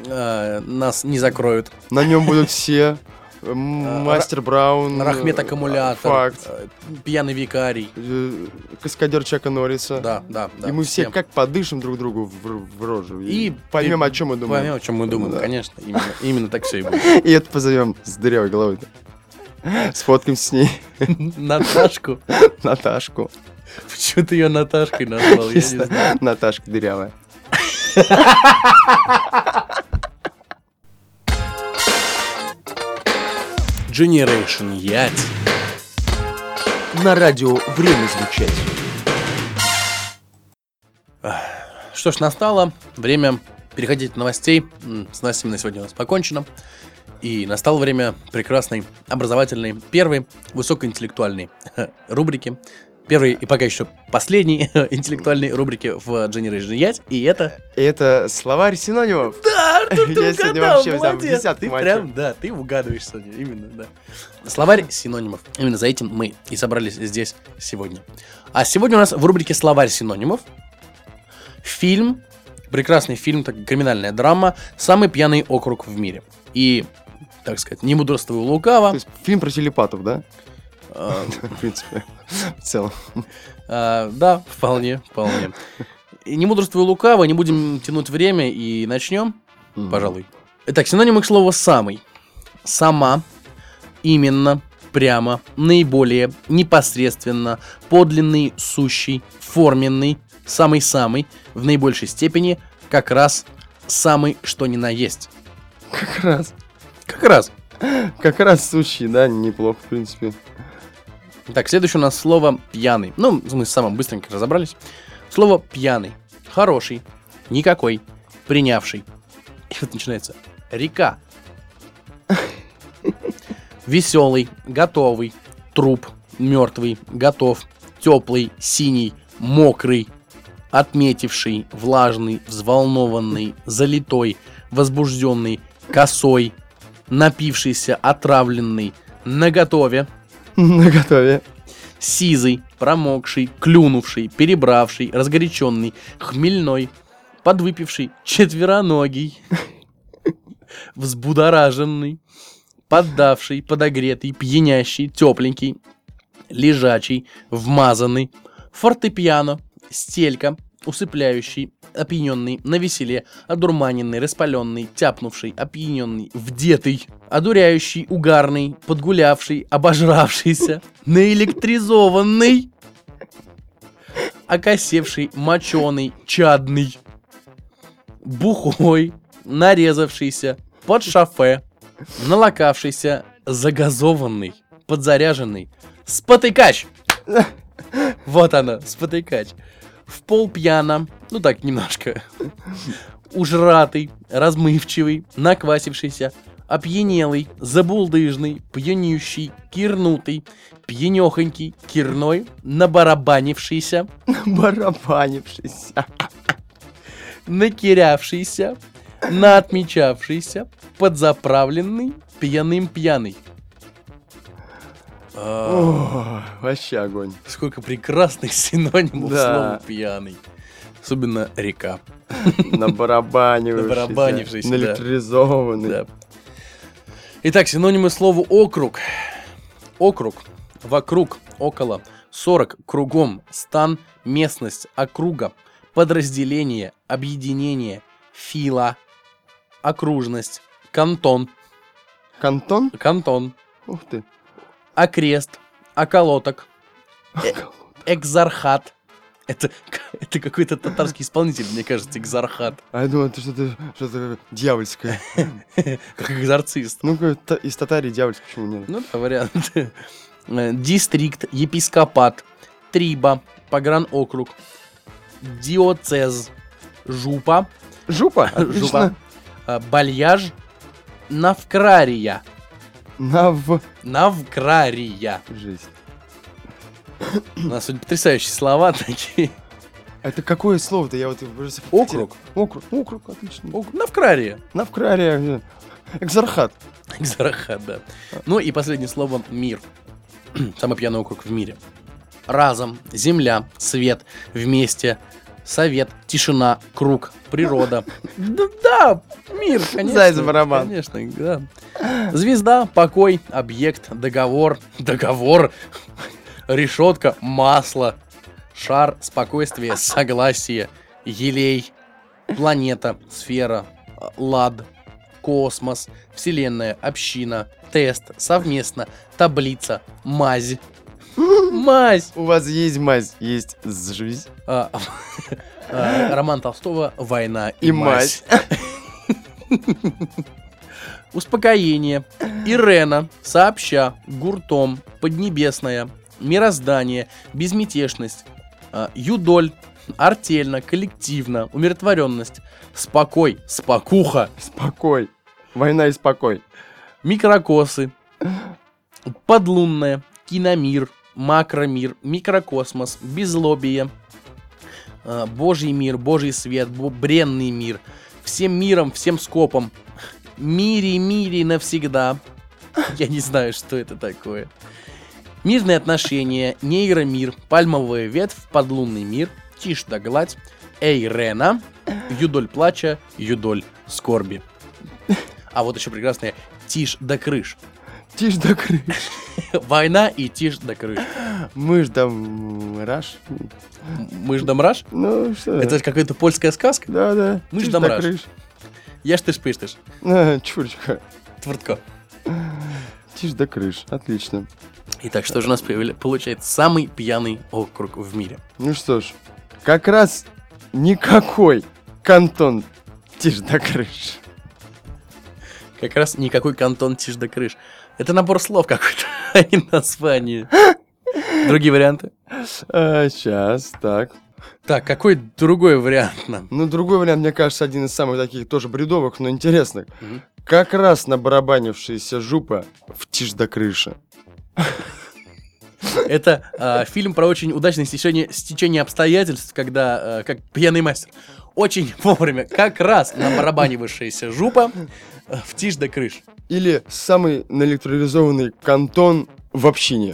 [SPEAKER 1] нас не закроют.
[SPEAKER 2] На нем будут все. Мастер Браун.
[SPEAKER 1] Рахмет Аккумулятор.
[SPEAKER 2] Факт.
[SPEAKER 1] Пьяный викарий.
[SPEAKER 2] Каскадер Чака Норриса.
[SPEAKER 1] Да.
[SPEAKER 2] И мы все
[SPEAKER 1] всем.
[SPEAKER 2] как подышим друг другу в рожу.
[SPEAKER 1] И
[SPEAKER 2] поймем, о чем мы думаем.
[SPEAKER 1] Поймем, о чем мы думаем,
[SPEAKER 2] Да.
[SPEAKER 1] конечно. Именно так все и будет.
[SPEAKER 2] И это позовем с дырявой головой. Сфоткаемся с ней.
[SPEAKER 1] Наташку.
[SPEAKER 2] Наташку.
[SPEAKER 1] Почему ты ее Наташкой назвал? Я не знаю.
[SPEAKER 2] Наташка дырявая.
[SPEAKER 1] Generation Yacht.
[SPEAKER 2] На радио время звучать.
[SPEAKER 1] Что ж, настало время переходить от новостей. С новостями на сегодня у нас покончено. И настало время прекрасной, образовательной, первой, высокоинтеллектуальной рубрики первой и пока еще последней интеллектуальной рубрики в Generation Yacht, и это...
[SPEAKER 2] Это словарь синонимов.
[SPEAKER 1] Да, Артур, ты
[SPEAKER 2] Я сегодня
[SPEAKER 1] угадал,
[SPEAKER 2] вообще там в
[SPEAKER 1] молодец.
[SPEAKER 2] десятку
[SPEAKER 1] Ты
[SPEAKER 2] мочу.
[SPEAKER 1] прям, да, ты угадываешь сегодня, именно, да. Словарь синонимов. Именно за этим мы и собрались здесь сегодня. А сегодня у нас в рубрике «Словарь синонимов» фильм, прекрасный фильм, так, криминальная драма «Самый пьяный округ в мире». И, так сказать, не мудрствую лукаво.
[SPEAKER 2] То есть фильм про телепатов, да?
[SPEAKER 1] а,
[SPEAKER 2] В принципе, в целом.
[SPEAKER 1] Да, вполне. И не мудрствую лукаво, не будем тянуть время и начнем, пожалуй. Итак, синонимы к слову «самый». Сама, именно, прямо, наиболее, непосредственно, подлинный, сущий, форменный, самый-самый, в наибольшей степени, как раз, самый, что ни на есть.
[SPEAKER 2] Как раз.
[SPEAKER 1] Как раз.
[SPEAKER 2] Сущий, да, неплохо, в принципе.
[SPEAKER 1] Так, следующее у нас слово «пьяный». Ну, мы с самым быстренько разобрались. Слово «пьяный». Хороший, никакой, принявший. И вот начинается река. Веселый, готовый, труп, мертвый, готов, теплый, синий, мокрый, отметивший, влажный, взволнованный, залитой, возбужденный, косой, напившийся, отравленный, наготове,
[SPEAKER 2] Наготове.
[SPEAKER 1] сизый, промокший, клюнувший, перебравший, разгоряченный, хмельной, подвыпивший, четвероногий, взбудораженный, поддавший, подогретый, пьянящий, тепленький, лежачий, вмазанный, фортепиано, стелька, усыпляющий, опьяненный, навеселе, одурманенный, распаленный, тяпнувший, опьяненный, вдетый, одуряющий, угарный, подгулявший, обожравшийся, наэлектризованный, окосевший, моченый, чадный, бухой, нарезавшийся, под шофе, налокавшийся, загазованный, подзаряженный, спотыкач. Вот она, спотыкач. В полпьяно, ну так, немножко. Ужратый, размывчивый, наквасившийся, опьянелый, забулдыжный, пьянющий, кирнутый, пьянехонький, кирной, набарабанившийся,
[SPEAKER 2] Барабанившийся.
[SPEAKER 1] накирявшийся, наотмечавшийся, подзаправленный, пьяный.
[SPEAKER 2] О, вообще огонь.
[SPEAKER 1] Сколько прекрасных синонимов
[SPEAKER 2] Да.
[SPEAKER 1] слова пьяный. Особенно река.
[SPEAKER 2] Набарабанившийся.
[SPEAKER 1] да.
[SPEAKER 2] Наэлектризованный.
[SPEAKER 1] Да. Итак, синонимы слову округ. Округ, вокруг, около, 40, кругом, стан, местность, округа, подразделение, объединение, фила, окружность, кантон,
[SPEAKER 2] Кантон? Ух ты.
[SPEAKER 1] окрест, околоток, экзархат. Это какой-то татарский исполнитель, мне кажется, экзархат.
[SPEAKER 2] А я думал, это что-то дьявольское.
[SPEAKER 1] Как экзорцист.
[SPEAKER 2] Ну-ка, из татарии дьявольское, почему нет?
[SPEAKER 1] Ну, да, вариант. Дистрикт, епископат, триба, погранокруг, диоцез, жупа,
[SPEAKER 2] Жупа? Отлично.
[SPEAKER 1] бальяж, навкрария. Навкрария.
[SPEAKER 2] Жизнь.
[SPEAKER 1] У нас сегодня потрясающие слова такие.
[SPEAKER 2] Это какое слово-то? Я вот просто...
[SPEAKER 1] Округ.
[SPEAKER 2] Округ, отлично.
[SPEAKER 1] Навкрария.
[SPEAKER 2] Навкрария. Экзархат.
[SPEAKER 1] Экзархат, да. Ну и последнее слово мир. Самый пьяный округ в мире. Разом, земля, свет, вместе, совет, тишина, круг, природа. Да, мир, конечно.
[SPEAKER 2] Заяц-барабан.
[SPEAKER 1] Конечно, да. Звезда, покой, объект, договор, решетка, масло, шар, спокойствие, согласие, елей, планета, сфера, лад, космос, вселенная, община, тест, совместно, таблица, мазь. Мазь!
[SPEAKER 2] У вас есть мазь, есть жизнь.
[SPEAKER 1] Роман Толстого «Война и
[SPEAKER 2] И
[SPEAKER 1] мазь». Успокоение. Ирена, сообща, гуртом, поднебесная, мироздание, безмятежность, юдоль, артельно, коллективно, умиротворенность, спокой, спокуха,
[SPEAKER 2] Спокой. Война и спокой.
[SPEAKER 1] микрокосы, подлунная, киномир, макромир, микрокосмос, беззлобие, божий мир, божий свет, бренный мир, всем миром, всем скопом, мире навсегда. Я не знаю, что это такое. Мирные отношения, нейромир, пальмовая ветвь, подлунный мир, тишь да гладь, Эйрена, юдоль плача, юдоль скорби. А вот еще прекрасная тишь да крыш.
[SPEAKER 2] Тишь да крыш.
[SPEAKER 1] Война и тишь да крыш.
[SPEAKER 2] Мышь да мраж.
[SPEAKER 1] Мышь да мраж?
[SPEAKER 2] Ну, что?
[SPEAKER 1] Это какая-то польская сказка?
[SPEAKER 2] Да.
[SPEAKER 1] Мышь
[SPEAKER 2] Тишь
[SPEAKER 1] да мраж.
[SPEAKER 2] крыш.
[SPEAKER 1] Я ж ты пыштыш.
[SPEAKER 2] Чурочка.
[SPEAKER 1] Твортко.
[SPEAKER 2] Тишь да крыш. Отлично.
[SPEAKER 1] Итак, что же у нас получается самый пьяный округ в мире?
[SPEAKER 2] Ну что ж, как раз никакой кантон тишь да крыш.
[SPEAKER 1] Как раз никакой кантон тишь да крыш. Это набор слов какой-то, а не название. Другие варианты?
[SPEAKER 2] Сейчас, так.
[SPEAKER 1] Так, какой другой вариант нам?
[SPEAKER 2] Ну, другой вариант, мне кажется, один из самых таких тоже бредовых, но интересных.
[SPEAKER 1] Мгм.
[SPEAKER 2] Как раз набарабанившаяся жупа в тишь да крыша.
[SPEAKER 1] Это фильм про очень удачное стечение обстоятельств, когда, как пьяный мастер, очень вовремя, как раз набарабанившаяся жупа в тишь да крыш.
[SPEAKER 2] Или самый наэлектролизованный кантон в общине.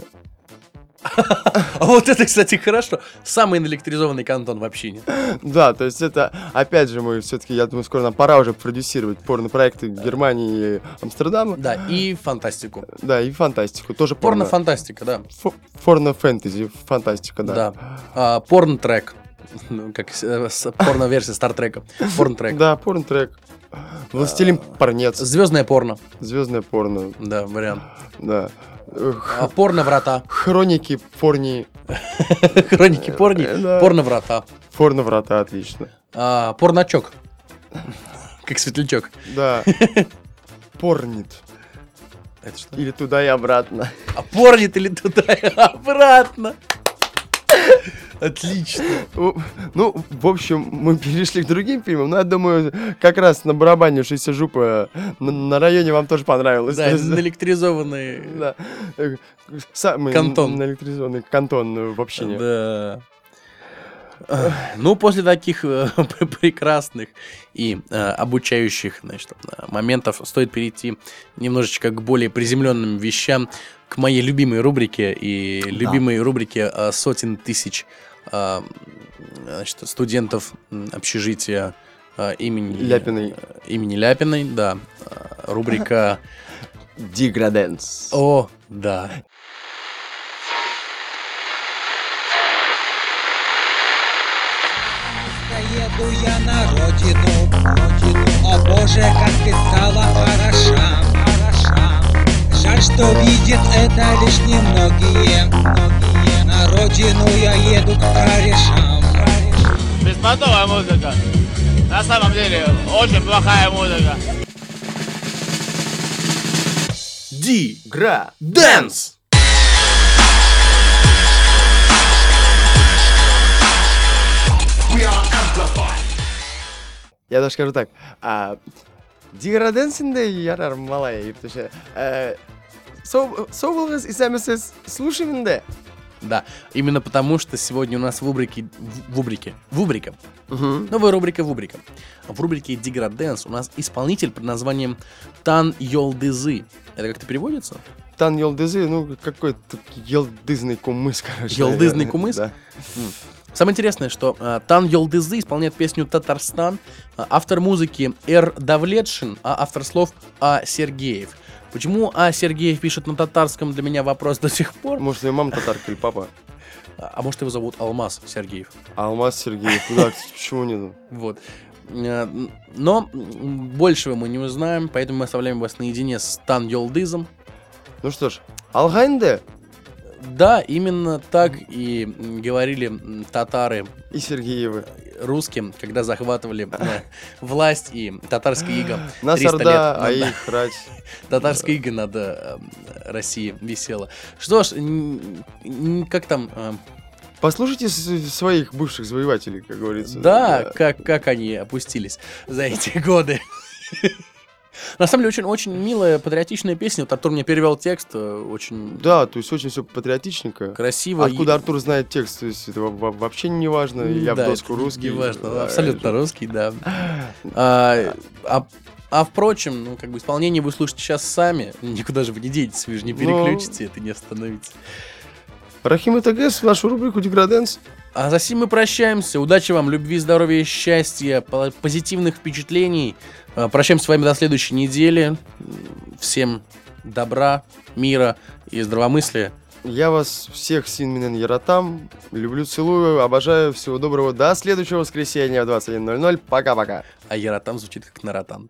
[SPEAKER 1] А вот это, кстати, хорошо. Самый наэлектризованный кантон в общине.
[SPEAKER 2] Да, то есть это, опять же, мы все-таки, я думаю, скоро нам пора уже продюсировать порно-проекты Германии и Амстердама.
[SPEAKER 1] Да, и фантастику.
[SPEAKER 2] Да, и фантастику. Тоже порно.
[SPEAKER 1] Порно-фантастика, да.
[SPEAKER 2] Порно-фэнтези, фантастика, да.
[SPEAKER 1] Да. Порн-трек. Ну, как порно-версия Стартрека. Порн-трек.
[SPEAKER 2] Да, порно-трек. Властелин парнец.
[SPEAKER 1] Звездное порно.
[SPEAKER 2] Звездное порно.
[SPEAKER 1] Да, вариант.
[SPEAKER 2] Да.
[SPEAKER 1] Порно-врата.
[SPEAKER 2] Хроники порни.
[SPEAKER 1] Хроники порни.
[SPEAKER 2] Да.
[SPEAKER 1] Порно-врата.
[SPEAKER 2] Порно-врата, отлично.
[SPEAKER 1] Порночок. Как светлячок.
[SPEAKER 2] Да. Порнит.
[SPEAKER 1] Это что?
[SPEAKER 2] Или туда и обратно.
[SPEAKER 1] Порнит или туда и обратно. Отлично.
[SPEAKER 2] Ну, в общем, мы перешли к другим фильмам, но я думаю, как раз на барабанившаяся жопа на районе вам тоже понравилось.
[SPEAKER 1] Да, наэлектризованный.
[SPEAKER 2] Да. Самый
[SPEAKER 1] Кантон.
[SPEAKER 2] наэлектризованный кантон в общине.
[SPEAKER 1] Да. Ну, после таких прекрасных и обучающих, значит, моментов стоит перейти немножечко к более приземленным вещам, к моей любимой рубрике и любимой рубрике сотен тысяч значит, студентов общежития имени Ляпиной, да. Рубрика
[SPEAKER 2] Деграденс.
[SPEAKER 1] О, да.
[SPEAKER 6] Еду я на родину, о боже, как ты стала хороша. Жаль, что видят это лишь немногие. На родину я еду к корешам.
[SPEAKER 7] Беспонтовая музыка. На самом деле, очень плохая музыка.
[SPEAKER 1] Деграденс!
[SPEAKER 2] Я даже скажу так. Деграденсинде ярар малая, ептеше. Соволгас и самисес слушаемде.
[SPEAKER 1] Да, именно потому, что сегодня у нас вубрика. Новая рубрика Вубрика. В рубрике Деграденс у нас исполнитель под названием Тан Йолдызы. Это как-то переводится?
[SPEAKER 2] Тан Йолдызы, ну какой-то елдызный кумыс, короче.
[SPEAKER 1] Йолдызный кумыс?
[SPEAKER 2] Да.
[SPEAKER 1] Самое интересное, что Тан Йолдызы исполняет песню «Татарстан», автор музыки Р. Давлетшин, а автор слов А. Сергеев. Почему А. Сергеев пишет на татарском, для меня вопрос до сих пор.
[SPEAKER 2] Может, ее мама татарка или папа?
[SPEAKER 1] А может, его зовут Алмаз Сергеев.
[SPEAKER 2] Алмаз Сергеев, да, почему нет?
[SPEAKER 1] Вот. Но большего мы не узнаем, поэтому мы оставляем вас наедине с Тан Йолдызом.
[SPEAKER 2] Ну что ж, Алгайнде
[SPEAKER 1] Да, именно так и говорили татары
[SPEAKER 2] и Сергеевы.
[SPEAKER 1] русским, когда захватывали власть, и татарская ига
[SPEAKER 2] Нас
[SPEAKER 1] 300
[SPEAKER 2] орда,
[SPEAKER 1] лет.
[SPEAKER 2] а их рать.
[SPEAKER 1] Татарская ига над Россией висела. Что ж, как там...
[SPEAKER 2] Послушайте своих бывших завоевателей, как говорится.
[SPEAKER 1] Да, как они опустились за эти годы. На самом деле, очень милая, патриотичная песня, вот Артур мне перевел текст, очень
[SPEAKER 2] Да, то есть очень все патриотичнненько.
[SPEAKER 1] красиво.
[SPEAKER 2] Откуда Артур знает текст, то есть это вообще не важно. Я в
[SPEAKER 1] Да,
[SPEAKER 2] доску
[SPEAKER 1] это
[SPEAKER 2] русский.
[SPEAKER 1] не важно, абсолютно русский, да. Впрочем, ну, как бы исполнение вы слушаете сейчас сами, никуда же вы не денетесь, вы же не переключите, это не остановится.
[SPEAKER 2] Рахим и ТГС в нашу рубрику «Деграденс».
[SPEAKER 1] А за сим мы прощаемся. Удачи вам, любви, здоровья, счастья, позитивных впечатлений. Прощаемся с вами до следующей недели. Всем добра, мира и здравомыслия.
[SPEAKER 2] Я вас всех син яратам. Люблю, целую, обожаю. Всего доброго. До следующего воскресенья в 21:00. Пока-пока.
[SPEAKER 1] А Яратам звучит как Наратан.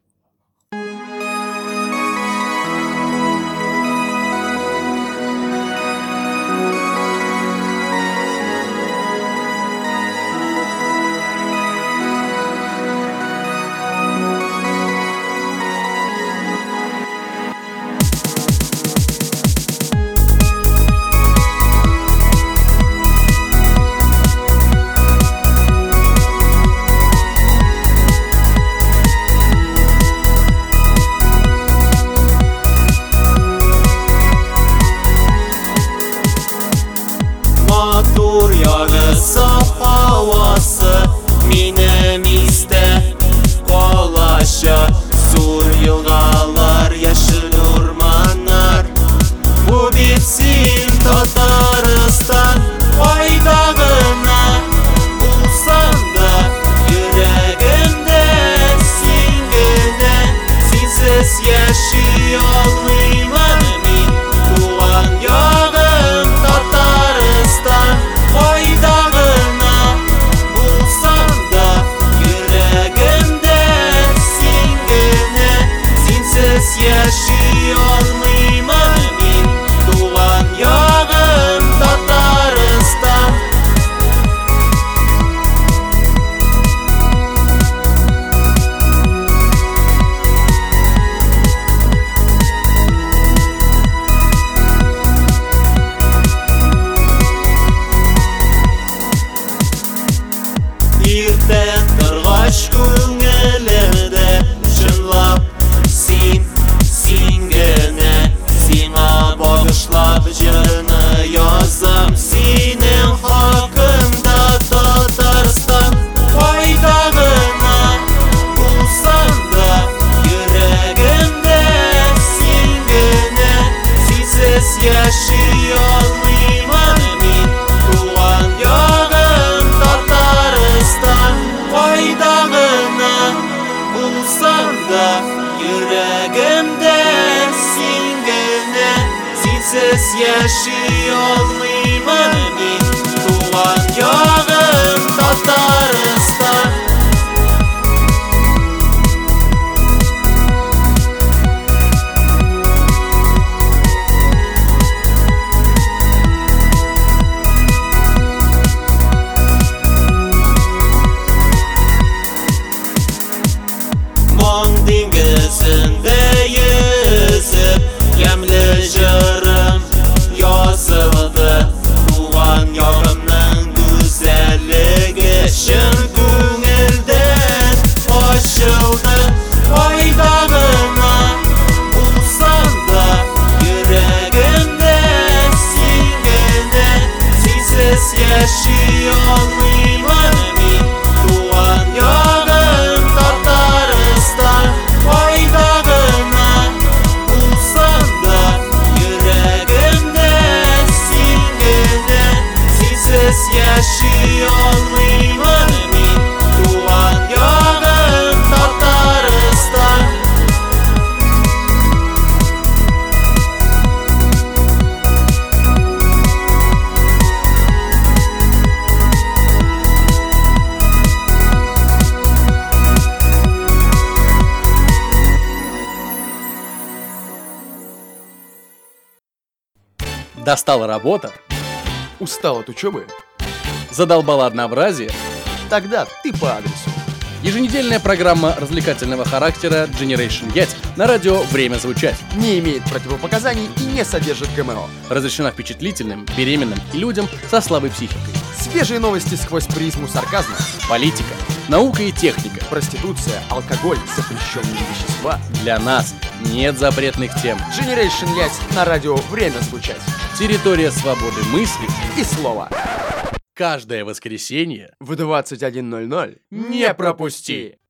[SPEAKER 1] Достала работа,
[SPEAKER 2] Устал от учебы?
[SPEAKER 1] задолбала однообразие.
[SPEAKER 2] Тогда ты по адресу.
[SPEAKER 1] Еженедельная программа развлекательного характера Generation Yet на радио «Время звучать».
[SPEAKER 2] Не имеет противопоказаний и не содержит ГМО.
[SPEAKER 1] Разрешена впечатлительным, беременным и людям со слабой психикой.
[SPEAKER 2] Свежие новости сквозь призму сарказма.
[SPEAKER 1] Политика, Наука и техника.
[SPEAKER 2] Проституция, алкоголь, запрещенные вещества.
[SPEAKER 1] Для нас нет запретных тем.
[SPEAKER 2] Generation Yacht на радио «Время звучать».
[SPEAKER 1] Территория свободы мысли.
[SPEAKER 2] И слова.
[SPEAKER 1] Каждое воскресенье
[SPEAKER 2] В 21:00
[SPEAKER 1] не пропусти!